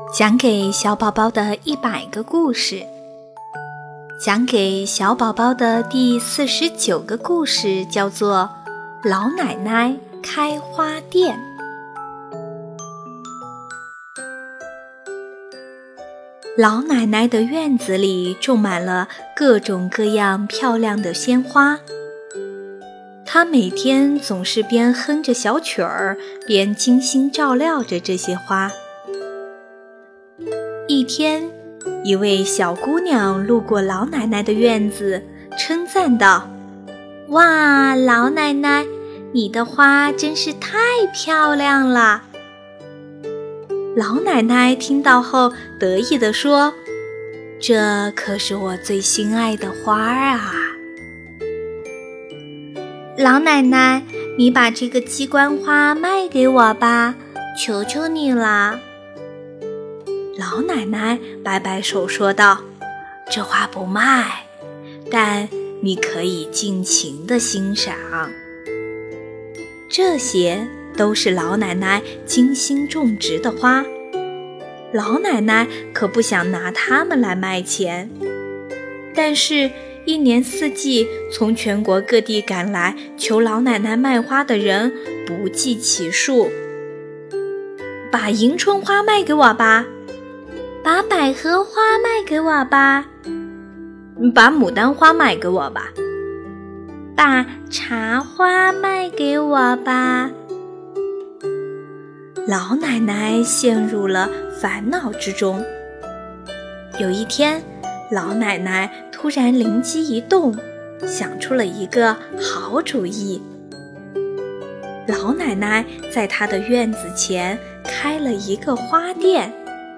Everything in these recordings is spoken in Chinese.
讲给小宝宝的100个故事，讲给小宝宝的第49个故事叫做老奶奶开花店。老奶奶的院子里种满了各种各样漂亮的鲜花，她每天总是边哼着小曲儿，边精心照料着这些花。一天，一位小姑娘路过老奶奶的院子，称赞道：“哇，老奶奶，你的花真是太漂亮了！”老奶奶听到后得意地说：“这可是我最心爱的花啊！”老奶奶，你把这个鸡冠花卖给我吧，求求你了。老奶奶摆摆手说道：“这花不卖，但你可以尽情地欣赏。”这些都是老奶奶精心种植的花，老奶奶可不想拿它们来卖钱。但是一年四季从全国各地赶来求老奶奶卖花的人不计其数。把迎春花卖给我吧，把百合花卖给我吧，把牡丹花卖给我吧，把茶花卖给我吧。老奶奶陷入了烦恼之中。有一天，老奶奶突然灵机一动，想出了一个好主意。老奶奶在她的院子前开了一个花店。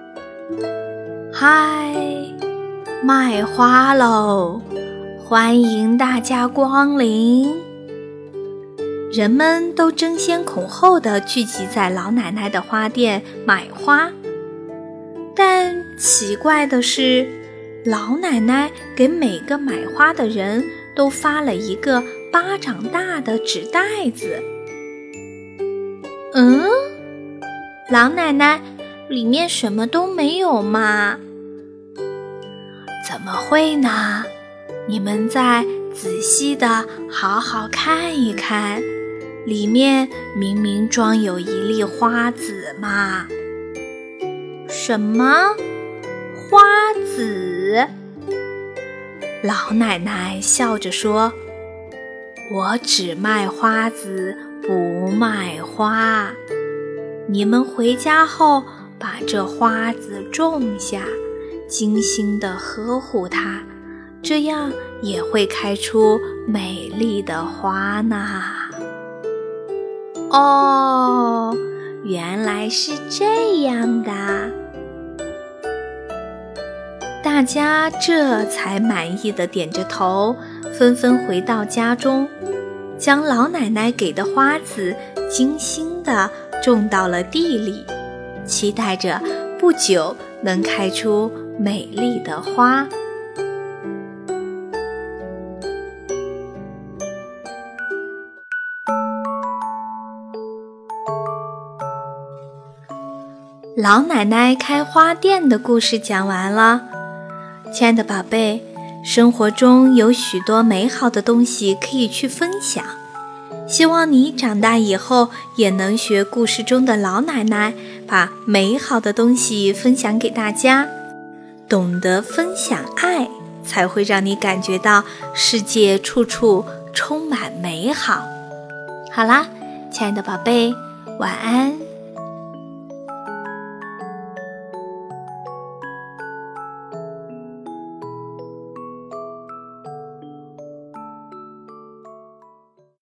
嗨，卖花喽！欢迎大家光临。人们都争先恐后地聚集在老奶奶的花店买花。但奇怪的是，老奶奶给每个买花的人都发了一个巴掌大的纸袋子。老奶奶，里面什么都没有嘛？怎么会呢？你们再仔细地好好看一看，里面明明装有一粒花籽嘛。什么？花籽？老奶奶笑着说：“我只卖花籽，不卖花。你们回家后把这花籽种下，精心地呵护它，这样也会开出美丽的花呢。”哦，原来是这样的。大家这才满意地点着头，纷纷回到家中，将老奶奶给的花籽精心地种到了地里，期待着不久能开出美丽的花。老奶奶开花店的故事讲完了。亲爱的宝贝，生活中有许多美好的东西可以去分享，希望你长大以后也能学故事中的老奶奶，把美好的东西分享给大家。懂得分享爱，才会让你感觉到世界处处充满美好。好啦，亲爱的宝贝，晚安。